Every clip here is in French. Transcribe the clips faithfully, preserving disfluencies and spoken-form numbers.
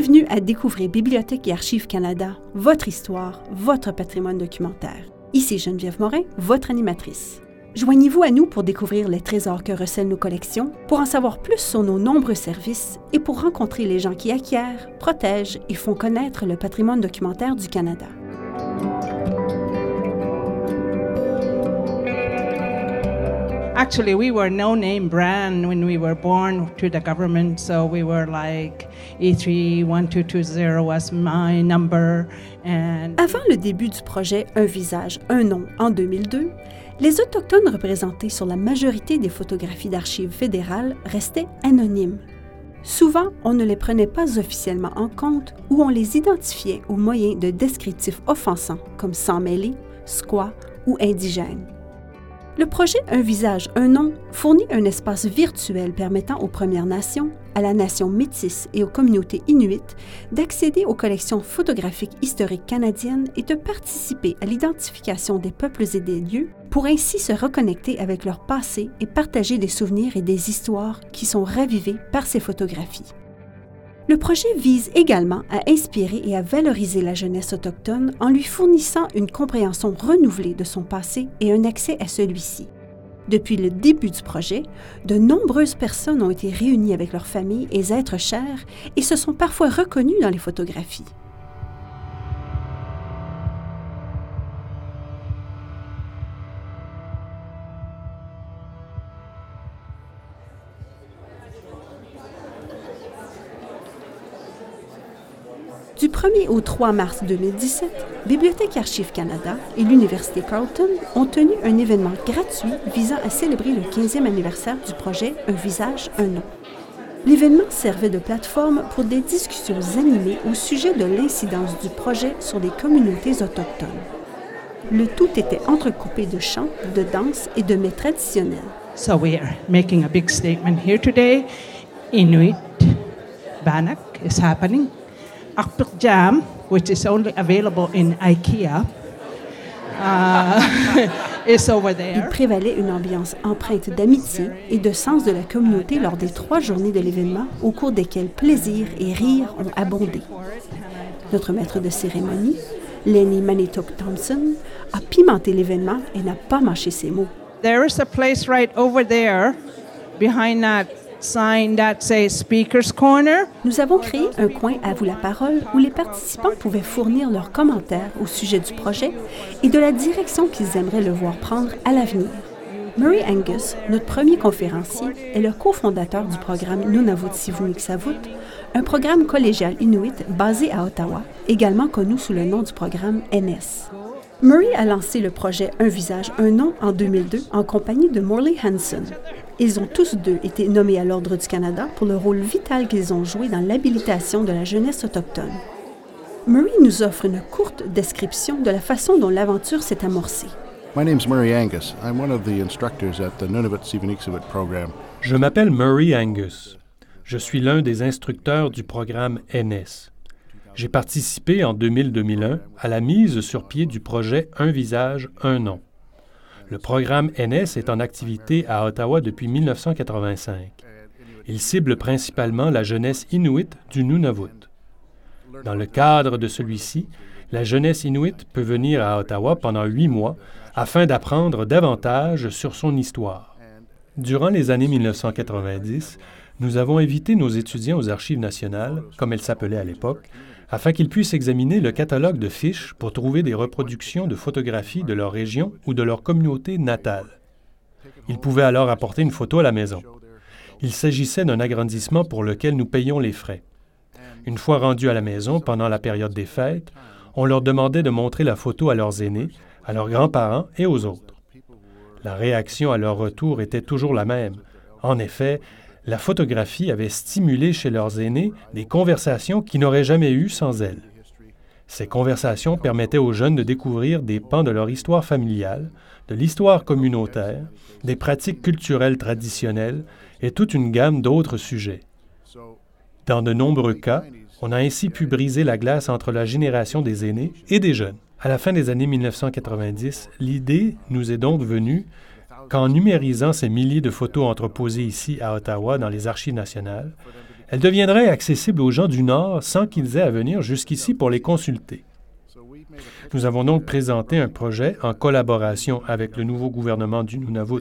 Bienvenue à Découvrir Bibliothèque et Archives Canada, votre histoire, votre patrimoine documentaire. Ici Geneviève Morin, votre animatrice. Joignez-vous à nous pour découvrir les trésors que recèlent nos collections, pour en savoir plus sur nos nombreux services et pour rencontrer les gens qui acquièrent, protègent et font connaître le patrimoine documentaire du Canada. Actually, we were no-name brand when we were born to the government, so we were like E three one two two zero was my number. And Avant le début du projet Un visage, un nom en deux mille deux, les Autochtones représentés sur la majorité des photographies d'archives fédérales restaient anonymes. Souvent, on ne les prenait pas officiellement en compte ou on les identifiait au moyen de descriptifs offensants comme sans-mêlé, squat ou indigène. Le projet Un visage, un nom fournit un espace virtuel permettant aux Premières Nations, à la nation métisse et aux communautés inuites d'accéder aux collections photographiques historiques canadiennes et de participer à l'identification des peuples et des lieux pour ainsi se reconnecter avec leur passé et partager des souvenirs et des histoires qui sont ravivés par ces photographies. Le projet vise également à inspirer et à valoriser la jeunesse autochtone en lui fournissant une compréhension renouvelée de son passé et un accès à celui-ci. Depuis le début du projet, de nombreuses personnes ont été réunies avec leurs familles et êtres chers et se sont parfois reconnues dans les photographies. Du premier au trois mars deux mille dix-sept, Bibliothèque et Archives Canada et l'Université Carleton ont tenu un événement gratuit visant à célébrer le quinzième anniversaire du projet Un visage, un nom. L'événement servait de plateforme pour des discussions animées au sujet de l'incidence du projet sur les communautés autochtones. Le tout était entrecoupé de chants, de danses et de mets traditionnels. so we are making a big statement here today. Inuit Bannock is happening. Akpik Jam, which is only available in IKEA, uh, is over Il there. prévalait une ambiance empreinte d'amitié et de sens de la communauté lors des trois journées de l'événement, au cours desquelles plaisir et rire ont abondé. Notre maître de cérémonie, Lenny Manitou Thompson, a pimenté l'événement et n'a pas mâché ses mots. There is a place right over there, behind that sign that says Speaker's Corner. Nous avons créé un coin à vous la parole où les participants pouvaient fournir leurs commentaires au sujet du projet et de la direction qu'ils aimeraient le voir prendre à l'avenir. Murray Angus, notre premier conférencier, est le cofondateur du programme Nunavut Sivuniksavut, un programme collégial inuit basé à Ottawa, également connu sous le nom du programme N S. Murray a lancé le projet Un visage, un nom en deux mille deux en compagnie de Morley Hanson. Ils ont tous deux été nommés à l'Ordre du Canada pour le rôle vital qu'ils ont joué dans l'habilitation de la jeunesse autochtone. Murray nous offre une courte description de la façon dont l'aventure s'est amorcée. My name's Murray Angus. I'm one of the instructors at the Nunavut Sivuniksavut program. Je m'appelle Murray Angus. Je suis l'un des instructeurs du programme N S. J'ai participé en deux mille à deux mille un à la mise sur pied du projet Un visage, un nom. Le programme N S est en activité à Ottawa depuis mille neuf cent quatre-vingt-cinq. Il cible principalement la jeunesse inuite du Nunavut. Dans le cadre de celui-ci, la jeunesse inuite peut venir à Ottawa pendant huit mois afin d'apprendre davantage sur son histoire. Durant les années mille neuf cent quatre-vingt-dix, nous avons invité nos étudiants aux Archives nationales, comme elles s'appelaient à l'époque, afin qu'ils puissent examiner le catalogue de fiches pour trouver des reproductions de photographies de leur région ou de leur communauté natale. Ils pouvaient alors apporter une photo à la maison. Il s'agissait d'un agrandissement pour lequel nous payions les frais. Une fois rendus à la maison, pendant la période des fêtes, on leur demandait de montrer la photo à leurs aînés, à leurs grands-parents et aux autres. La réaction à leur retour était toujours la même. En effet, la photographie avait stimulé chez leurs aînés des conversations qu'ils n'auraient jamais eues sans elle. Ces conversations permettaient aux jeunes de découvrir des pans de leur histoire familiale, de l'histoire communautaire, des pratiques culturelles traditionnelles et toute une gamme d'autres sujets. Dans de nombreux cas, on a ainsi pu briser la glace entre la génération des aînés et des jeunes. À la fin des années mille neuf cent quatre-vingt-dix, l'idée nous est donc venue qu'en numérisant ces milliers de photos entreposées ici à Ottawa dans les Archives nationales, Elles deviendraient accessibles aux gens du Nord sans qu'ils aient à venir jusqu'ici pour les consulter. Nous avons donc présenté un projet en collaboration avec le nouveau gouvernement du Nunavut.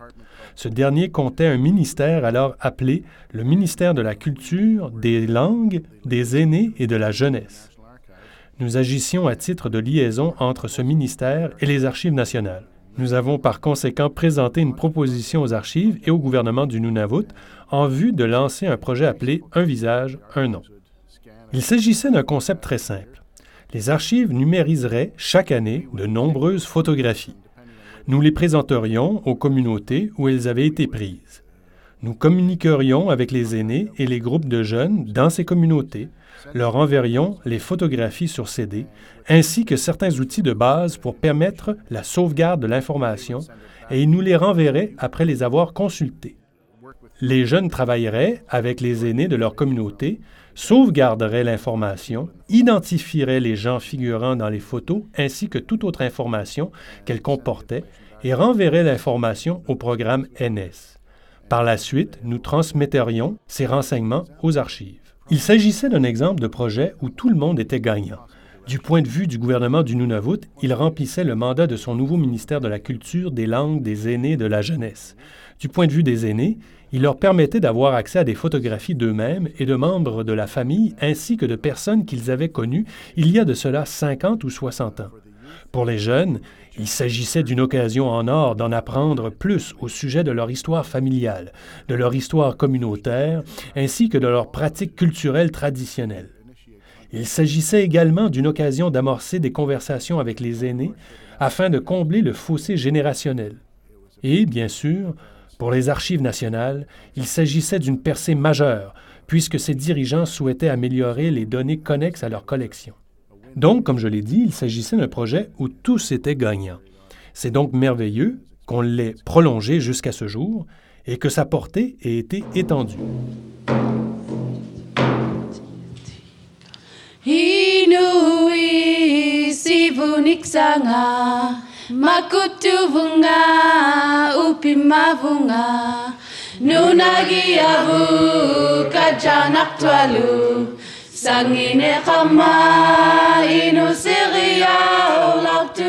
Ce dernier comptait un ministère alors appelé le ministère de la Culture, des Langues, des Aînés et de la Jeunesse. Nous agissions à titre de liaison entre ce ministère et les Archives nationales. Nous avons par conséquent présenté une proposition aux Archives et au gouvernement du Nunavut en vue de lancer un projet appelé « Un visage, un nom ». Il s'agissait d'un concept très simple. Les Archives numériseraient chaque année de nombreuses photographies. Nous les présenterions aux communautés où elles avaient été prises. Nous communiquerions avec les aînés et les groupes de jeunes dans ces communautés, leur enverrions les photographies sur C D, ainsi que certains outils de base pour permettre la sauvegarde de l'information, et ils nous les renverraient après les avoir consultés. Les jeunes travailleraient avec les aînés de leur communauté, sauvegarderaient l'information, identifieraient les gens figurant dans les photos ainsi que toute autre information qu'elles comportaient et renverraient l'information au programme N S. Par la suite, nous transmetterions ces renseignements aux archives. Il s'agissait d'un exemple de projet où tout le monde était gagnant. Du point de vue du gouvernement du Nunavut, il remplissait le mandat de son nouveau ministère de la Culture, des Langues, des Aînés et de la Jeunesse. Du point de vue des aînés, il leur permettait d'avoir accès à des photographies d'eux-mêmes et de membres de la famille ainsi que de personnes qu'ils avaient connues il y a de cela cinquante ou soixante ans. Pour les jeunes, il s'agissait d'une occasion en or d'en apprendre plus au sujet de leur histoire familiale, de leur histoire communautaire, ainsi que de leurs pratiques culturelles traditionnelles. Il s'agissait également d'une occasion d'amorcer des conversations avec les aînés afin de combler le fossé générationnel. Et, bien sûr, pour les Archives nationales, il s'agissait d'une percée majeure, puisque ces dirigeants souhaitaient améliorer les données connexes à leur collection. Donc, comme je l'ai dit, il s'agissait d'un projet où tous étaient gagnants. C'est donc merveilleux qu'on l'ait prolongé jusqu'à ce jour et que sa portée ait été étendue. Inui sivuniksanga makutuvunga upimavunga nunagiavu kajanaktualu sangine kama inusiria olaktu.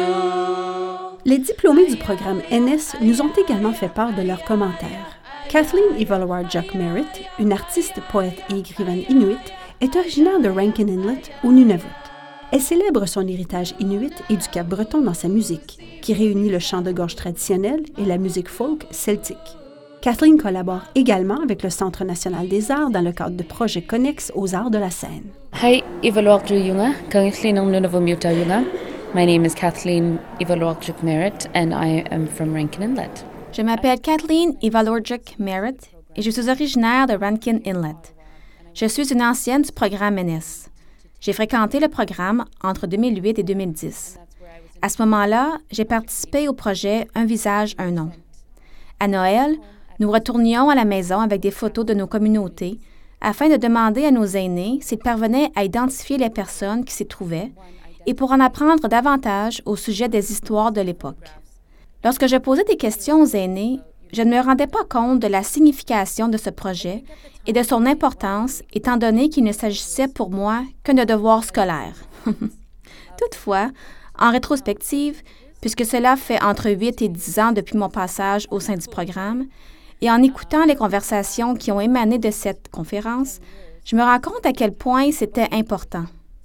Les diplômés du programme N S nous ont également fait part de leurs commentaires. Kathleen Ivalawar-Jock Merritt, une artiste, poète et écrivaine inuit, est originaire de Rankin Inlet, au Nunavut. Elle célèbre son héritage inuit et du Cap-Breton dans sa musique, qui réunit le chant de gorge traditionnel et la musique folk celtique. Kathleen collabore également avec le Centre national des arts dans le cadre de projets connexes aux arts de la scène. Hi, Ivalawar-Yunga, Kathleen Nunavut-Yunga. My name is Kathleen Ivalawar-Jock Merritt and I am from Rankin Inlet. Je m'appelle Kathleen Ivalawar-Jock Merritt et je suis originaire de Rankin Inlet. Je suis une ancienne du programme N S. J'ai fréquenté le programme entre deux mille huit et deux mille dix. À ce moment-là, j'ai participé au projet Un visage, un nom. À Noël, nous retournions à la maison avec des photos de nos communautés afin de demander à nos aînés s'ils parvenaient à identifier les personnes qui s'y trouvaient et pour en apprendre davantage au sujet des histoires de l'époque. Lorsque je posais des questions aux aînés, je ne me rendais pas compte de la signification de ce projet et de son importance, étant donné qu'il ne s'agissait pour moi que de devoirs scolaires. Toutefois, en rétrospective, puisque cela fait entre huit et dix ans depuis mon passage au sein du programme, et en écoutant les conversations qui ont émané de cette conférence, je me rends compte à quel point c'était important.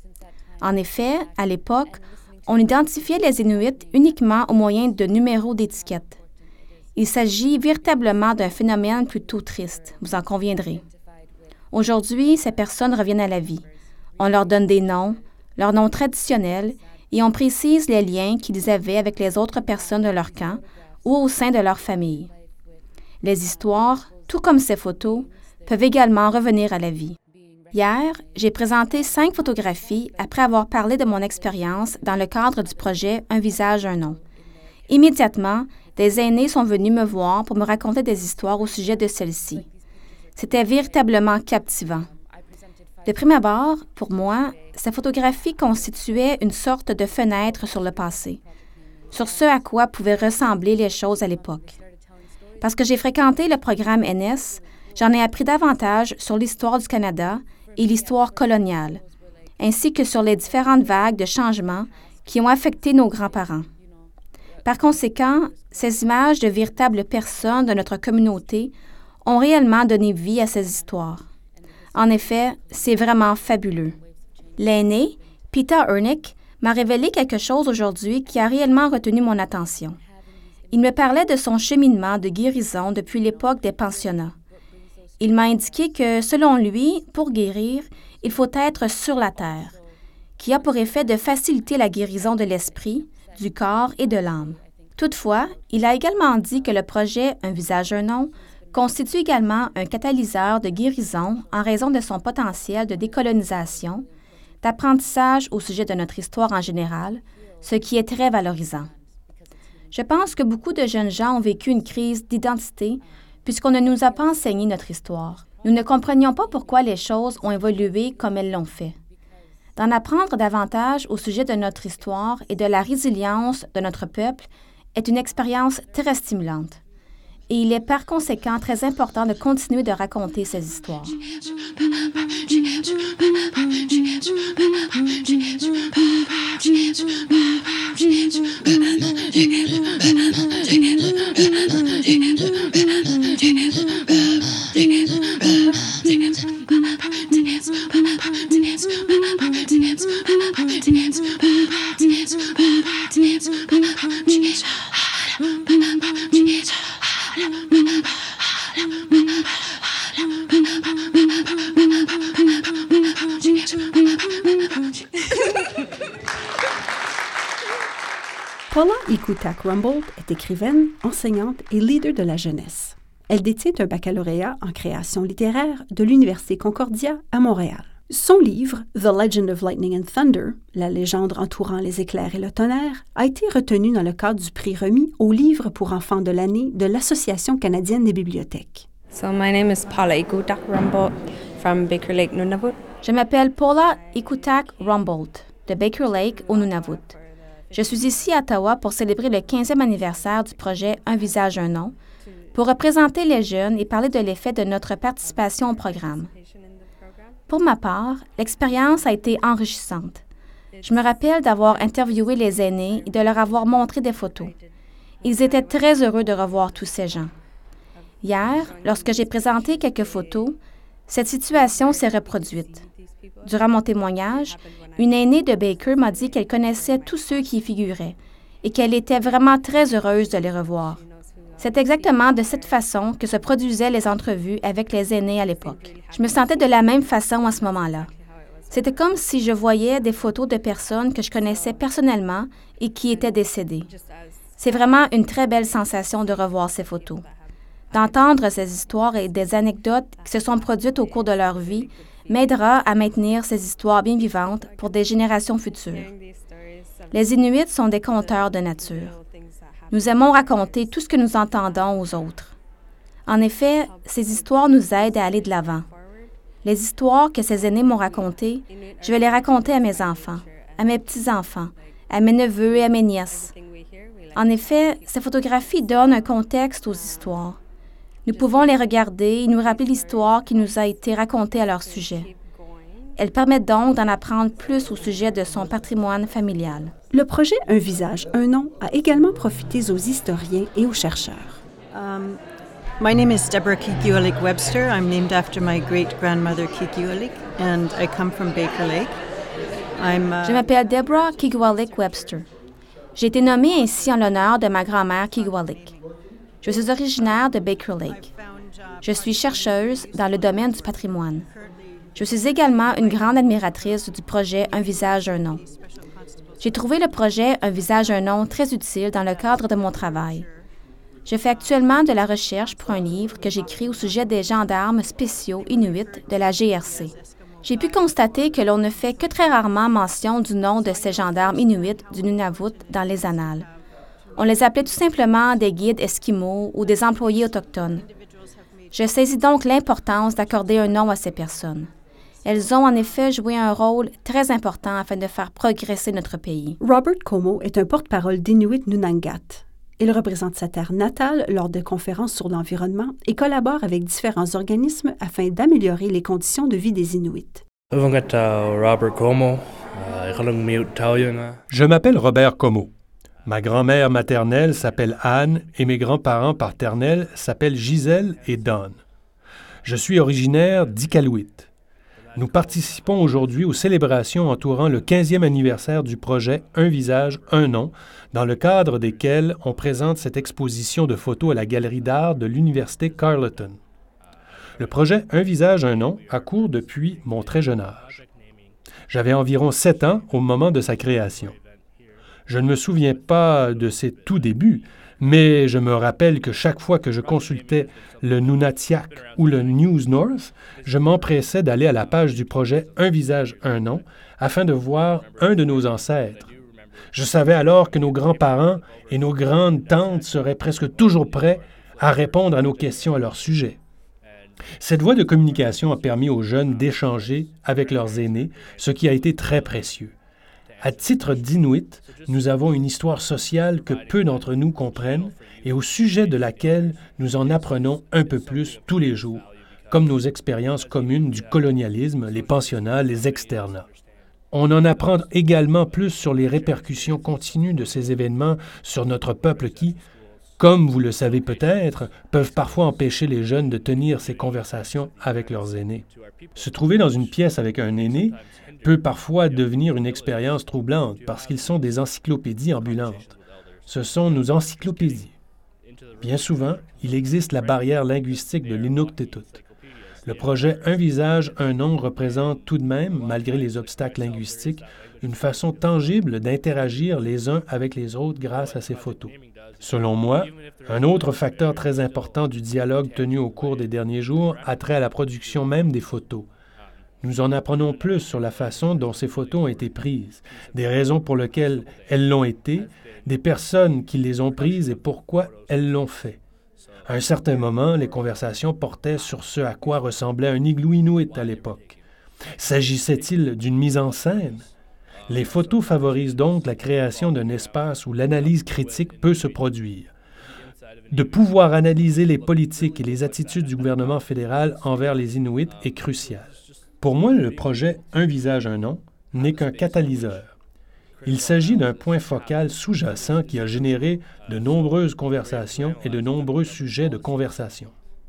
En effet, à l'époque, on identifiait les Inuits uniquement au moyen de numéros d'étiquette. Il s'agit véritablement d'un phénomène plutôt triste, vous en conviendrez. Aujourd'hui, ces personnes reviennent à la vie. On leur donne des noms, leurs noms traditionnels, et on précise les liens qu'ils avaient avec les autres personnes de leur camp ou au sein de leur famille. Les histoires, tout comme ces photos, peuvent également revenir à la vie. Hier, j'ai présenté cinq photographies après avoir parlé de mon expérience dans le cadre du projet Un visage, un nom. Immédiatement, des aînés sont venus me voir pour me raconter des histoires au sujet de celles-ci. C'était véritablement captivant. De prime abord, pour moi, ces photographies constituaient une sorte de fenêtre sur le passé, sur ce à quoi pouvaient ressembler les choses à l'époque. Parce que j'ai fréquenté le programme N S, J'en ai appris davantage sur l'histoire du Canada et l'histoire coloniale, ainsi que sur les différentes vagues de changements qui ont affecté nos grands-parents. Par conséquent, ces images de véritables personnes de notre communauté ont réellement donné vie à ces histoires. En effet, c'est vraiment fabuleux. L'aîné, Peter Ernick, m'a révélé quelque chose aujourd'hui qui a réellement retenu mon attention. Il me parlait de son cheminement de guérison depuis l'époque des pensionnats. Il m'a indiqué que, selon lui, pour guérir, il faut être sur la terre, qui a pour effet de faciliter la guérison de l'esprit, du corps et de l'âme. Toutefois, il a également dit que le projet Un visage, un nom constitue également un catalyseur de guérison en raison de son potentiel de décolonisation, d'apprentissage au sujet de notre histoire en général, ce qui est très valorisant. Je pense que beaucoup de jeunes gens ont vécu une crise d'identité puisqu'on ne nous a pas enseigné notre histoire. Nous ne comprenions pas pourquoi les choses ont évolué comme elles l'ont fait. D'en apprendre davantage au sujet de notre histoire et de la résilience de notre peuple est une expérience très stimulante. Et il est par conséquent très important de continuer de raconter ces histoires. Paula Ikutak-Rumbold est écrivaine, enseignante et leader de la jeunesse. Elle détient un baccalauréat en création littéraire de l'Université Concordia à Montréal. Son livre « The Legend of Lightning and Thunder », la légende entourant les éclairs et le tonnerre, a été retenu dans le cadre du prix remis au livre pour enfants de l'année de l'Association canadienne des bibliothèques. So my name is Paula Ikutak-Rumbold from Baker Lake, Nunavut. Je m'appelle Paula Ikutak-Rumbold de Baker Lake au Nunavut. Je suis ici à Ottawa pour célébrer le quinzième anniversaire du projet Un visage, un nom, pour représenter les jeunes et parler de l'effet de notre participation au programme. Pour ma part, l'expérience a été enrichissante. Je me rappelle d'avoir interviewé les aînés et de leur avoir montré des photos. Ils étaient très heureux de revoir tous ces gens. Hier, lorsque j'ai présenté quelques photos, cette situation s'est reproduite. Durant mon témoignage, une aînée de Baker m'a dit qu'elle connaissait tous ceux qui y figuraient et qu'elle était vraiment très heureuse de les revoir. C'est exactement de cette façon que se produisaient les entrevues avec les aînés à l'époque. Je me sentais de la même façon à ce moment-là. C'était comme si je voyais des photos de personnes que je connaissais personnellement et qui étaient décédées. C'est vraiment une très belle sensation de revoir ces photos. D'entendre ces histoires et des anecdotes qui se sont produites au cours de leur vie m'aidera à maintenir ces histoires bien vivantes pour des générations futures. Les Inuits sont des conteurs de nature. Nous aimons raconter tout ce que nous entendons aux autres. En effet, ces histoires nous aident à aller de l'avant. Les histoires que ces aînés m'ont racontées, je vais les raconter à mes enfants, à mes petits-enfants, à mes neveux et à mes nièces. En effet, ces photographies donnent un contexte aux histoires. Nous pouvons les regarder et nous rappeler l'histoire qui nous a été racontée à leur sujet. Elles permettent donc d'en apprendre plus au sujet de son patrimoine familial. Le projet Un visage, un nom a également profité aux historiens et aux chercheurs. Um, my name is Deborah Kikulik Webster. I'm named after my great-grandmother Kikulik, and I come from Baker Lake. I'm, uh, Je m'appelle Deborah Kikulik Webster. J'ai été nommée ainsi en l'honneur de ma grand-mère Kikulik. Je suis originaire de Baker Lake. Je suis chercheuse dans le domaine du patrimoine. Je suis également une grande admiratrice du projet Un visage, un nom. J'ai trouvé le projet Un visage, un nom très utile dans le cadre de mon travail. Je fais actuellement de la recherche pour un livre que j'écris au sujet des gendarmes spéciaux inuits de la G R C. J'ai pu constater que l'on ne fait que très rarement mention du nom de ces gendarmes inuits du Nunavut dans les annales. On les appelait tout simplement des guides esquimaux ou des employés autochtones. Je saisis donc l'importance d'accorder un nom à ces personnes. Elles ont en effet joué un rôle très important afin de faire progresser notre pays. Robert Como est un porte-parole d'Inuit Nunangat. Il représente sa terre natale lors de conférences sur l'environnement et collabore avec différents organismes afin d'améliorer les conditions de vie des Inuits. Je m'appelle Robert Como. Ma grand-mère maternelle s'appelle Anne et mes grands-parents paternels s'appellent Gisèle et Don. Je suis originaire d'Iqaluit. Nous participons aujourd'hui aux célébrations entourant le quinzième anniversaire du projet Un visage, un nom, dans le cadre desquels on présente cette exposition de photos à la Galerie d'art de l'Université Carleton. Le projet Un visage, un nom a cours depuis mon très jeune âge. J'avais environ sept ans au moment de sa création. Je ne me souviens pas de ses tout débuts, mais je me rappelle que chaque fois que je consultais le Nunatsiaq ou le News North, je m'empressais d'aller à la page du projet Un visage, un nom, afin de voir un de nos ancêtres. Je savais alors que nos grands-parents et nos grandes tantes seraient presque toujours prêts à répondre à nos questions à leur sujet. Cette voie de communication a permis aux jeunes d'échanger avec leurs aînés, ce qui a été très précieux. À titre d'Inuit, nous avons une histoire sociale que peu d'entre nous comprennent et au sujet de laquelle nous en apprenons un peu plus tous les jours, comme nos expériences communes du colonialisme, les pensionnats, les externats. On en apprend également plus sur les répercussions continues de ces événements sur notre peuple qui, comme vous le savez peut-être, peuvent parfois empêcher les jeunes de tenir ces conversations avec leurs aînés. Se trouver dans une pièce avec un aîné peut parfois devenir une expérience troublante parce qu'ils sont des encyclopédies ambulantes. Ce sont nos encyclopédies. Bien souvent, il existe la barrière linguistique de l'Inuktitut. Le projet Un visage, un nom représente tout de même, malgré les obstacles linguistiques, une façon tangible d'interagir les uns avec les autres grâce à ces photos. Selon moi, un autre facteur très important du dialogue tenu au cours des derniers jours a trait à la production même des photos. Nous en apprenons plus sur la façon dont ces photos ont été prises, des raisons pour lesquelles elles l'ont été, des personnes qui les ont prises et pourquoi elles l'ont fait. À un certain moment, les conversations portaient sur ce à quoi ressemblait un igloo inuit à l'époque. S'agissait-il d'une mise en scène? Les photos favorisent donc la création d'un espace où l'analyse critique peut se produire. De pouvoir analyser les politiques et les attitudes du gouvernement fédéral envers les Inuits est crucial. Pour moi, le projet Un visage, un nom n'est qu'un catalyseur. Il s'agit d'un point focal sous-jacent qui a généré de nombreuses conversations et de nombreux sujets de conversation.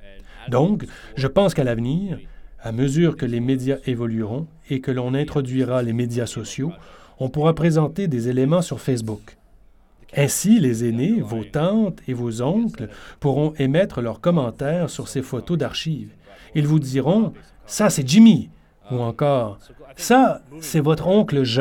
Donc, je pense qu'à l'avenir, à mesure que les médias évolueront et que l'on introduira les médias sociaux, on pourra présenter des éléments sur Facebook. Ainsi, les aînés, vos tantes et vos oncles pourront émettre leurs commentaires sur ces photos d'archives. Ils vous diront « Ça, c'est Jimmy » ou encore « Ça, c'est votre oncle Jean »,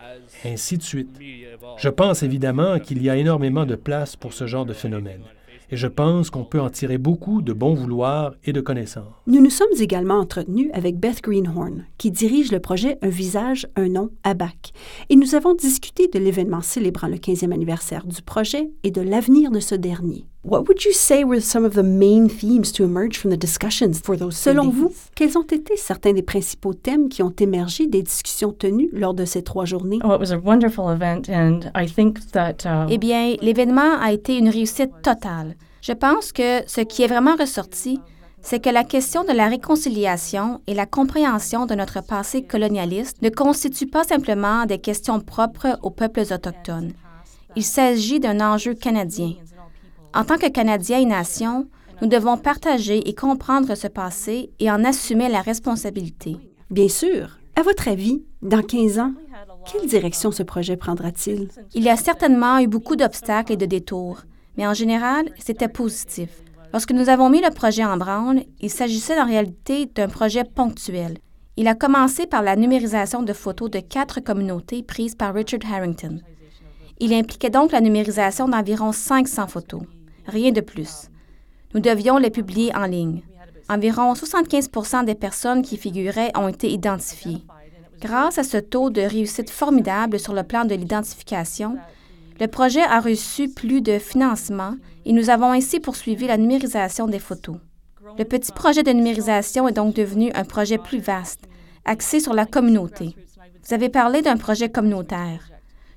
ainsi de suite. Je pense évidemment qu'il y a énormément de place pour ce genre de phénomène. Et je pense qu'on peut en tirer beaucoup de bon vouloir et de connaissances. Nous nous sommes également entretenus avec Beth Greenhorn, qui dirige le projet Un visage, un nom à B A C. Et nous avons discuté de l'événement célébrant le quinzième anniversaire du projet et de l'avenir de ce dernier. What would you say were some of the main themes to emerge from the discussions for those Selon vous, quels ont été certains des principaux thèmes qui ont émergé des discussions tenues lors de ces trois journées? Oh, it was a wonderful event and I think that uh... Eh bien, l'événement a été une réussite totale. Je pense que ce qui est vraiment ressorti, c'est que la question de la réconciliation et la compréhension de notre passé colonialiste ne constitue pas simplement des questions propres aux peuples autochtones. Il s'agit d'un enjeu canadien. En tant que Canadiens et nation, nous devons partager et comprendre ce passé et en assumer la responsabilité. Bien sûr. À votre avis, dans quinze ans, quelle direction ce projet prendra-t-il? Il y a certainement eu beaucoup d'obstacles et de détours, mais en général, c'était positif. Lorsque nous avons mis le projet en branle, il s'agissait en réalité d'un projet ponctuel. Il a commencé par la numérisation de photos de quatre communautés prises par Richard Harrington. Il impliquait donc la numérisation d'environ cinq cents photos. Rien de plus. Nous devions les publier en ligne. Environ soixante-quinze pour cent des personnes qui figuraient ont été identifiées. Grâce à ce taux de réussite formidable sur le plan de l'identification, le projet a reçu plus de financement et nous avons ainsi poursuivi la numérisation des photos. Le petit projet de numérisation est donc devenu un projet plus vaste, axé sur la communauté. Vous avez parlé d'un projet communautaire.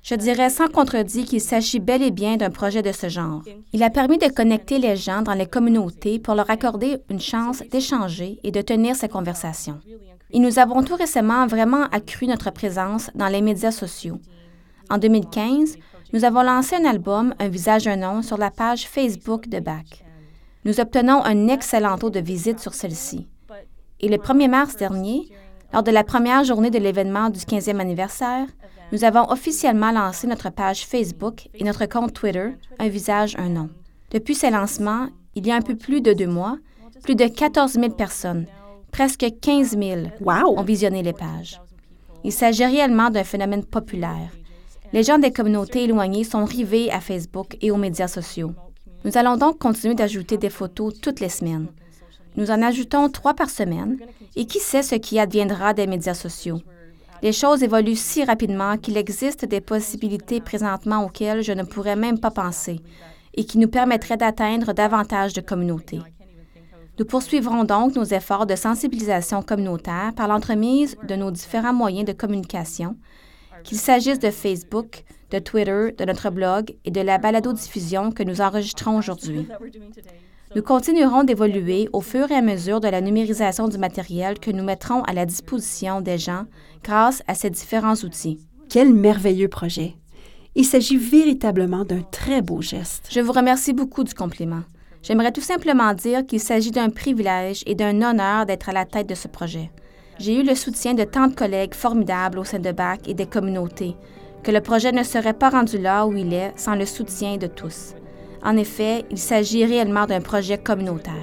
Je dirais sans contredit qu'il s'agit bel et bien d'un projet de ce genre. Il a permis de connecter les gens dans les communautés pour leur accorder une chance d'échanger et de tenir ces conversations. Et nous avons tout récemment vraiment accru notre présence dans les médias sociaux. En deux mille quinze, nous avons lancé un album, Un visage, un nom, sur la page Facebook de B A C. Nous obtenons un excellent taux de visite sur celle-ci. Et le premier mars dernier, lors de la première journée de l'événement du quinzième anniversaire, nous avons officiellement lancé notre page Facebook et notre compte Twitter, Un visage, un nom. Depuis ces lancements, il y a un peu plus de deux mois, plus de quatorze mille personnes, presque quinze mille, wow. ont visionné les pages. Il s'agit réellement d'un phénomène populaire. Les gens des communautés éloignées sont rivés à Facebook et aux médias sociaux. Nous allons donc continuer d'ajouter des photos toutes les semaines. Nous en ajoutons trois par semaine, et qui sait ce qui adviendra des médias sociaux. Les choses évoluent si rapidement qu'il existe des possibilités présentement auxquelles je ne pourrais même pas penser, et qui nous permettraient d'atteindre davantage de communautés. Nous poursuivrons donc nos efforts de sensibilisation communautaire par l'entremise de nos différents moyens de communication, qu'il s'agisse de Facebook, de Twitter, de notre blog et de la balado-diffusion que nous enregistrons aujourd'hui. Nous continuerons d'évoluer au fur et à mesure de la numérisation du matériel que nous mettrons à la disposition des gens grâce à ces différents outils. Quel merveilleux projet! Il s'agit véritablement d'un très beau geste. Je vous remercie beaucoup du compliment. J'aimerais tout simplement dire qu'il s'agit d'un privilège et d'un honneur d'être à la tête de ce projet. J'ai eu le soutien de tant de collègues formidables au sein de B A C et des communautés, que le projet ne serait pas rendu là où il est sans le soutien de tous. En effet, il s'agit réellement d'un projet communautaire.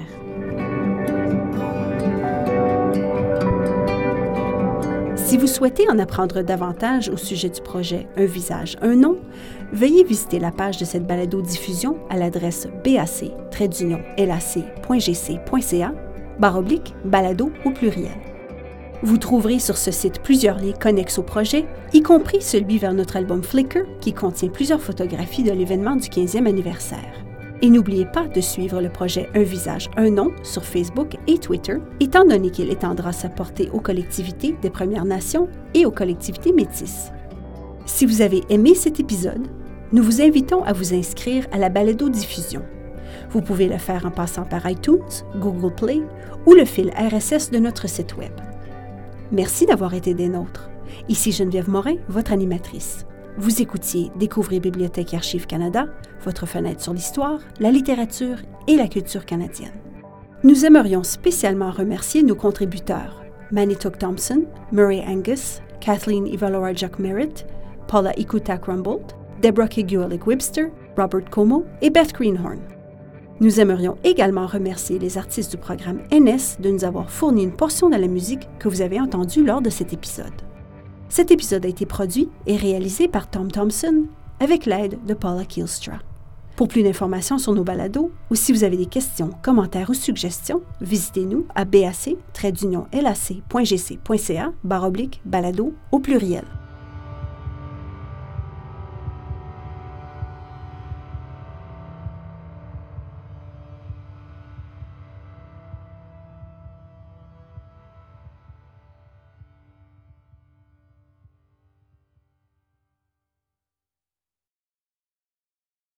Si vous souhaitez en apprendre davantage au sujet du projet Un visage, un nom, veuillez visiter la page de cette balado-diffusion à l'adresse bac trait d'union lac.gc.ca barre oblique balado au pluriel. Vous trouverez sur ce site plusieurs liens connexes au projet, y compris celui vers notre album Flickr qui contient plusieurs photographies de l'événement du quinzième anniversaire. Et n'oubliez pas de suivre le projet Un visage, un nom sur Facebook et Twitter, étant donné qu'il étendra sa portée aux collectivités des Premières Nations et aux collectivités métisses. Si vous avez aimé cet épisode, nous vous invitons à vous inscrire à la balado-diffusion. Vous pouvez le faire en passant par iTunes, Google Play ou le fil R S S de notre site Web. Merci d'avoir été des nôtres. Ici Geneviève Morin, votre animatrice. Vous écoutiez Découvrez Bibliothèque et Archives Canada, votre fenêtre sur l'histoire, la littérature et la culture canadienne. Nous aimerions spécialement remercier nos contributeurs Manitouk Thompson, Murray Angus, Kathleen Ivalorajak Merritt, Paula Ikutak-Rumbold, Deborah Kigualik-Webster, Robert Como et Beth Greenhorn. Nous aimerions également remercier les artistes du programme N S de nous avoir fourni une portion de la musique que vous avez entendue lors de cet épisode. Cet épisode a été produit et réalisé par Tom Thompson avec l'aide de Paula Kielstra. Pour plus d'informations sur nos balados ou si vous avez des questions, commentaires ou suggestions, visitez-nous à bac trait d'union lac.gc.ca barre oblique balado au pluriel.